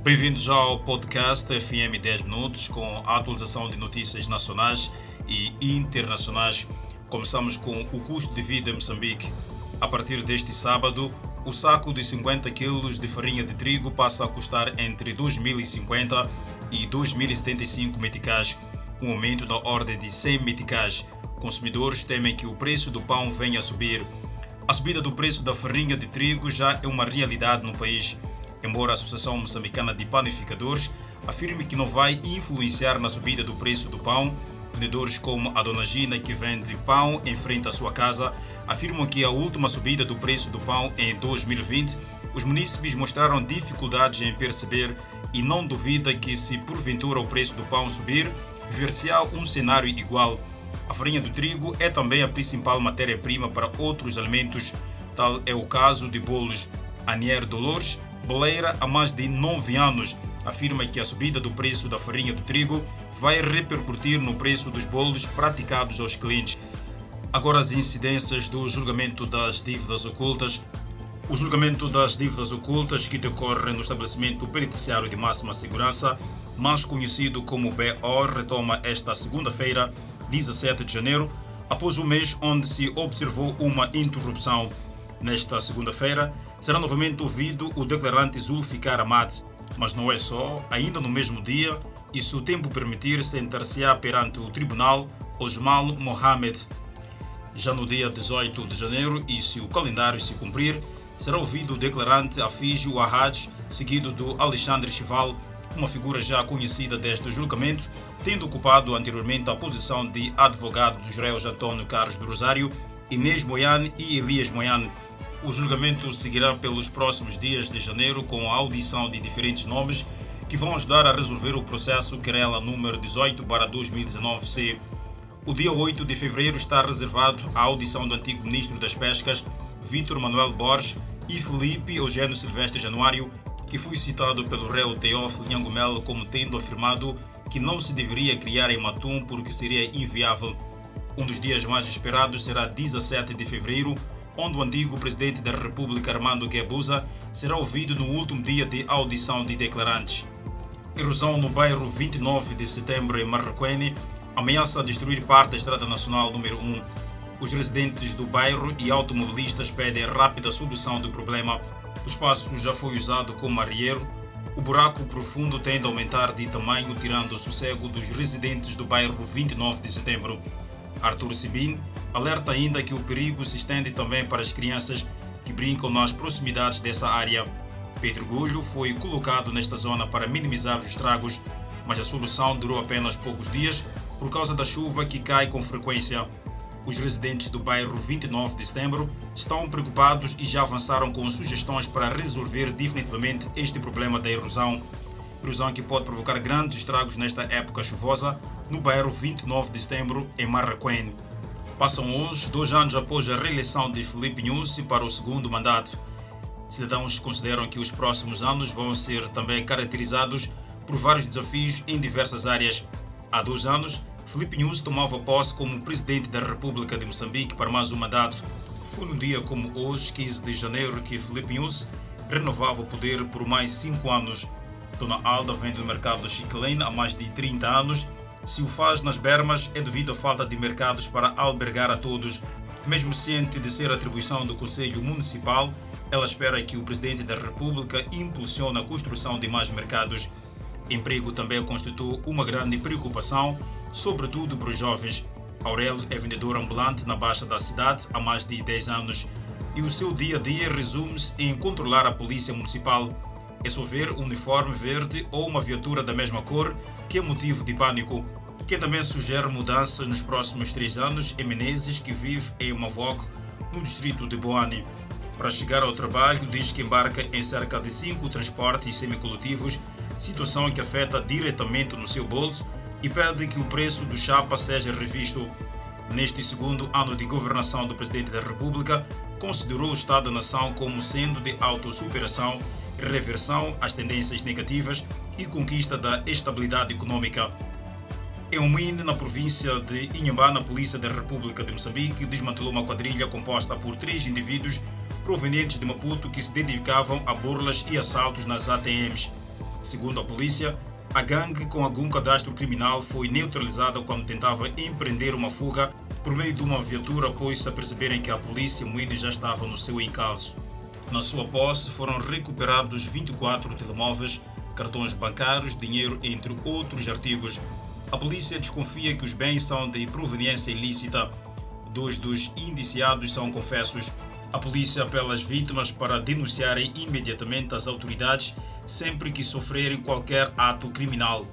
Bem-vindos ao podcast FM 10 Minutos com a atualização de notícias nacionais e internacionais. Começamos com o custo de vida em Moçambique. A partir deste sábado, o saco de 50 kg de farinha de trigo passa a custar entre 2.050 e 2.075 meticais, um aumento da ordem de 100 meticais. Consumidores temem que o preço do pão venha a subir. A subida do preço da farinha de trigo já é uma realidade no país, embora a Associação Moçambicana de Panificadores afirme que não vai influenciar na subida do preço do pão. Vendedores como a Dona Gina, que vende pão em frente à sua casa, afirmam que a última subida do preço do pão em 2020, os munícipes mostraram dificuldades em perceber e não duvida que, se porventura o preço do pão subir, viver-se-á um cenário igual. A farinha do trigo é também a principal matéria-prima para outros alimentos, tal é o caso de bolos. Anier Dolores, boleira há mais de 9 anos, afirma que a subida do preço da farinha do trigo vai repercutir no preço dos bolos praticados aos clientes. Agora as incidências do julgamento das dívidas ocultas. O julgamento das dívidas ocultas, que decorre no estabelecimento penitenciário de máxima segurança, mais conhecido como BO, retoma esta segunda-feira, 17 de janeiro, após um mês onde se observou uma interrupção. Nesta segunda-feira, será novamente ouvido o declarante Zulfikar Ahmad, mas não é só. Ainda no mesmo dia, e se o tempo permitir, sentar-se-á perante o tribunal Osmal Mohamed. Já no dia 18 de janeiro, e se o calendário se cumprir, será ouvido o declarante Afij Wahaj, seguido do Alexandre Chival, uma figura já conhecida desde o julgamento, tendo ocupado anteriormente a posição de advogado dos réus António Carlos do Rosário, Inês Moiane e Elias Moiane. O julgamento seguirá pelos próximos dias de janeiro com a audição de diferentes nomes que vão ajudar a resolver o processo querela número 18/2019-C. O dia 8 de fevereiro está reservado à audição do antigo ministro das Pescas, Vítor Manuel Borges, e Felipe Eugênio Silvestre Januário, que foi citado pelo réu Teófilo Nhangumelo como tendo afirmado que não se deveria criar em Matum porque seria inviável. Um dos dias mais esperados será 17 de fevereiro, onde o antigo presidente da República, Armando Guebuza, será ouvido no último dia de audição de declarantes. Erosão no bairro 29 de setembro em Marraquene ameaça destruir parte da Estrada Nacional número 1. Os residentes do bairro e automobilistas pedem rápida solução do problema. O espaço já foi usado como arrieiro. O buraco profundo tende a aumentar de tamanho, tirando o sossego dos residentes do bairro 29 de setembro. Arthur Sibin alerta ainda que o perigo se estende também para as crianças que brincam nas proximidades dessa área. Pedregulho foi colocado nesta zona para minimizar os estragos, mas a solução durou apenas poucos dias por causa da chuva que cai com frequência. Os residentes do bairro 29 de setembro estão preocupados e já avançaram com sugestões para resolver definitivamente este problema da erosão. Erosão que pode provocar grandes estragos nesta época chuvosa no bairro 29 de setembro em Marraquene. Passam hoje 2 anos após a reeleição de Filipe Nyusi para o segundo mandato. Cidadãos consideram que os próximos anos vão ser também caracterizados por vários desafios em diversas áreas. Há 2 anos, Filipe Nyusi tomava posse como presidente da República de Moçambique para mais um mandato. Foi num dia como hoje, 15 de janeiro, que Filipe Nyusi renovava o poder por mais 5 anos. Dona Alda vende no mercado da Chiclane há mais de 30 anos. Se o faz nas Bermas é devido à falta de mercados para albergar a todos. Mesmo ciente de ser atribuição do Conselho Municipal, ela espera que o Presidente da República impulsione a construção de mais mercados. Emprego também constitui uma grande preocupação, sobretudo para os jovens. Aurélio é vendedor ambulante na Baixa da cidade há mais de 10 anos e o seu dia-a-dia resume-se em controlar a Polícia Municipal. É só ver um uniforme verde ou uma viatura da mesma cor que é motivo de pânico. Quem também sugere mudanças nos próximos 3 anos é Menezes, que vive em Mavoc, no distrito de Boane. Para chegar ao trabalho, diz que embarca em cerca de 5 transportes semicoletivos, situação que afeta diretamente no seu bolso, e pede que o preço do chapa seja revisto. Neste segundo ano de governação do Presidente da República, considerou o Estado da Nação como sendo de autossuperação, reversão às tendências negativas e conquista da estabilidade econômica. Em Umine, na província de Inhambane, a Polícia da República de Moçambique desmantelou uma quadrilha composta por 3 indivíduos provenientes de Maputo que se dedicavam a burlas e assaltos nas ATMs. Segundo a polícia, a gangue com algum cadastro criminal foi neutralizada quando tentava empreender uma fuga por meio de uma viatura após se aperceberem que a polícia Moíne já estava no seu encalço. Na sua posse foram recuperados 24 telemóveis, cartões bancários, dinheiro, entre outros artigos. A polícia desconfia que os bens são de proveniência ilícita. 2 dos indiciados são confessos. A polícia apela às vítimas para denunciarem imediatamente as autoridades sempre que sofrerem qualquer ato criminal.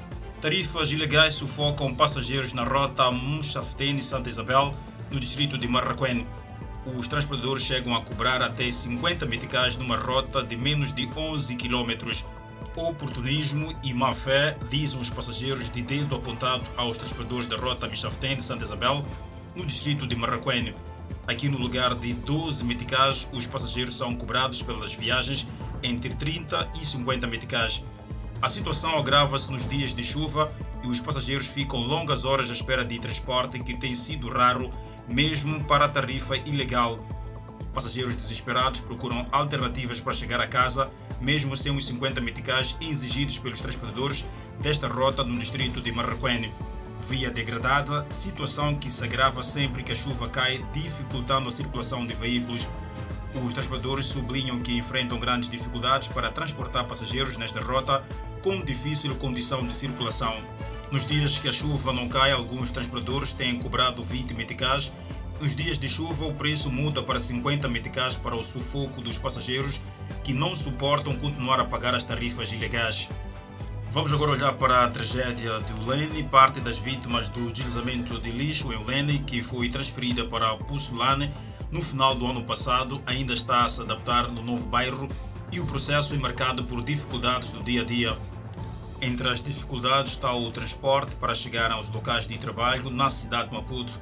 Tarifas ilegais sufocam passageiros na rota Mchaftene-Santa Isabel, no distrito de Marraquém. Os transportadores chegam a cobrar até 50 meticais numa rota de menos de 11 km. Oportunismo e má-fé, dizem os passageiros, de dedo apontado aos transportadores da rota Mchaftene-Santa Isabel, no distrito de Marraquém. Aqui no lugar de 12 meticais, os passageiros são cobrados pelas viagens entre 30 e 50 meticais. A situação agrava-se nos dias de chuva e os passageiros ficam longas horas à espera de transporte, que tem sido raro mesmo para a tarifa ilegal. Passageiros desesperados procuram alternativas para chegar a casa, mesmo sem os 50 meticais exigidos pelos transportadores desta rota no distrito de Marraquém. Via degradada, situação que se agrava sempre que a chuva cai, dificultando a circulação de veículos. Os transportadores sublinham que enfrentam grandes dificuldades para transportar passageiros nesta rota com difícil condição de circulação. Nos dias que a chuva não cai, alguns transportadores têm cobrado 20 meticais. Nos dias de chuva, o preço muda para 50 meticais para o sufoco dos passageiros que não suportam continuar a pagar as tarifas ilegais. Vamos agora olhar para a tragédia de Ulene. Parte das vítimas do deslizamento de lixo em Ulene, que foi transferida para Pussulane no final do ano passado, ainda está a se adaptar no novo bairro e o processo é marcado por dificuldades do dia a dia. Entre as dificuldades está o transporte para chegar aos locais de trabalho na cidade de Maputo.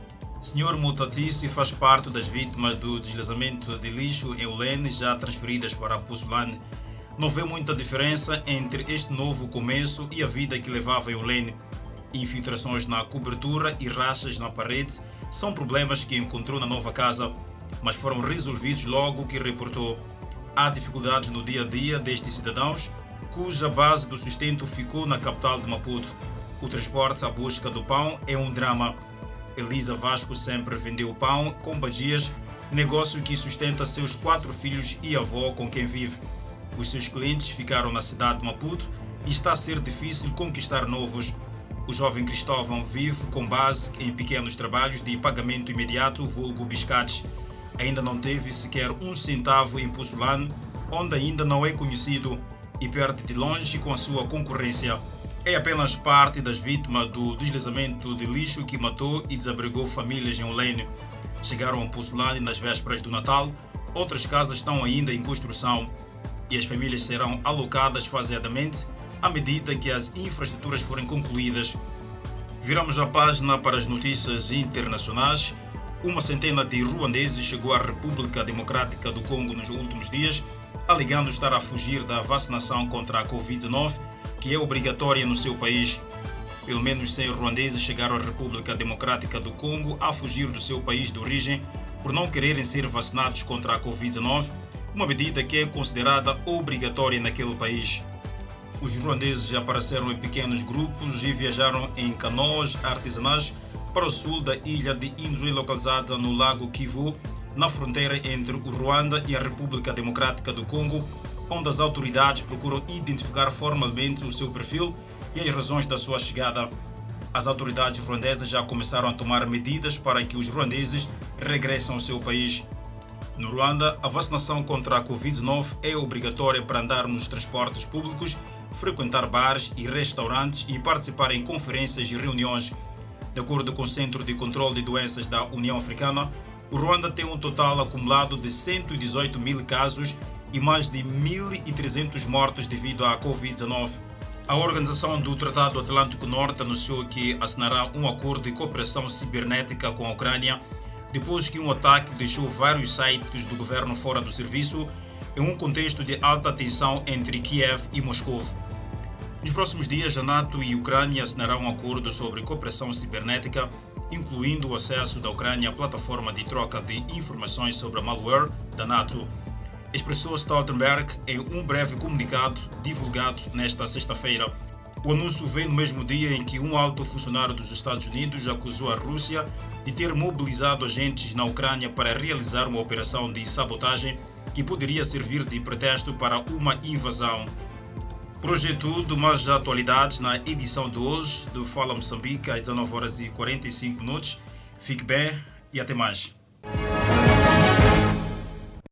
Sr. Mutatice faz parte das vítimas do deslizamento de lixo em Ulene, já transferidas para Pussulane. Não vê muita diferença entre este novo começo e a vida que levava em Ulene. Infiltrações na cobertura e rachas na parede são problemas que encontrou na nova casa, mas foram resolvidos logo que reportou. Há dificuldades no dia a dia destes cidadãos, cuja base do sustento ficou na capital de Maputo. O transporte à busca do pão é um drama. Elisa Vasco sempre vendeu pão com badias, negócio que sustenta seus 4 filhos e avó com quem vive. Os seus clientes ficaram na cidade de Maputo e está a ser difícil conquistar novos. O jovem Cristóvão vive com base em pequenos trabalhos de pagamento imediato, vulgo biscates. Ainda não teve sequer um centavo em Pussulane, onde ainda não é conhecido, e perde de longe com a sua concorrência. É apenas parte das vítimas do deslizamento de lixo que matou e desabrigou famílias em Ulene. Chegaram a Pussulane nas vésperas do Natal, outras casas estão ainda em construção e as famílias serão alocadas faseadamente à medida que as infraestruturas forem concluídas. Viramos a página para as notícias internacionais. Uma centena de ruandeses chegou à República Democrática do Congo nos últimos dias, alegando estar a fugir da vacinação contra a Covid-19, que é obrigatória no seu país. Pelo menos 100 ruandeses chegaram à República Democrática do Congo a fugir do seu país de origem por não quererem ser vacinados contra a Covid-19, uma medida que é considerada obrigatória naquele país. Os ruandeses apareceram em pequenos grupos e viajaram em canoas artesanais para o sul da ilha de Inzui, localizada no lago Kivu, na fronteira entre o Ruanda e a República Democrática do Congo, onde as autoridades procuram identificar formalmente o seu perfil e as razões da sua chegada. As autoridades ruandesas já começaram a tomar medidas para que os ruandeses regressem ao seu país. No Ruanda, a vacinação contra a Covid-19 é obrigatória para andar nos transportes públicos, frequentar bares e restaurantes e participar em conferências e reuniões. De acordo com o Centro de Controle de Doenças da União Africana, o Ruanda tem um total acumulado de 118 mil casos e mais de 1.300 mortos devido à Covid-19. A Organização do Tratado Atlântico Norte anunciou que assinará um acordo de cooperação cibernética com a Ucrânia depois que um ataque deixou vários sites do governo fora do serviço em um contexto de alta tensão entre Kiev e Moscou. Nos próximos dias, a NATO e a Ucrânia assinarão um acordo sobre cooperação cibernética, incluindo o acesso da Ucrânia à plataforma de troca de informações sobre a malware da NATO. expressou Stoltenberg em um breve comunicado divulgado nesta sexta-feira. O anúncio vem no mesmo dia em que um alto funcionário dos Estados Unidos acusou a Rússia de ter mobilizado agentes na Ucrânia para realizar uma operação de sabotagem que poderia servir de pretexto para uma invasão. Por hoje é tudo, mais atualidades na edição de hoje do Fala Moçambique às 19h45. Fique bem e até mais.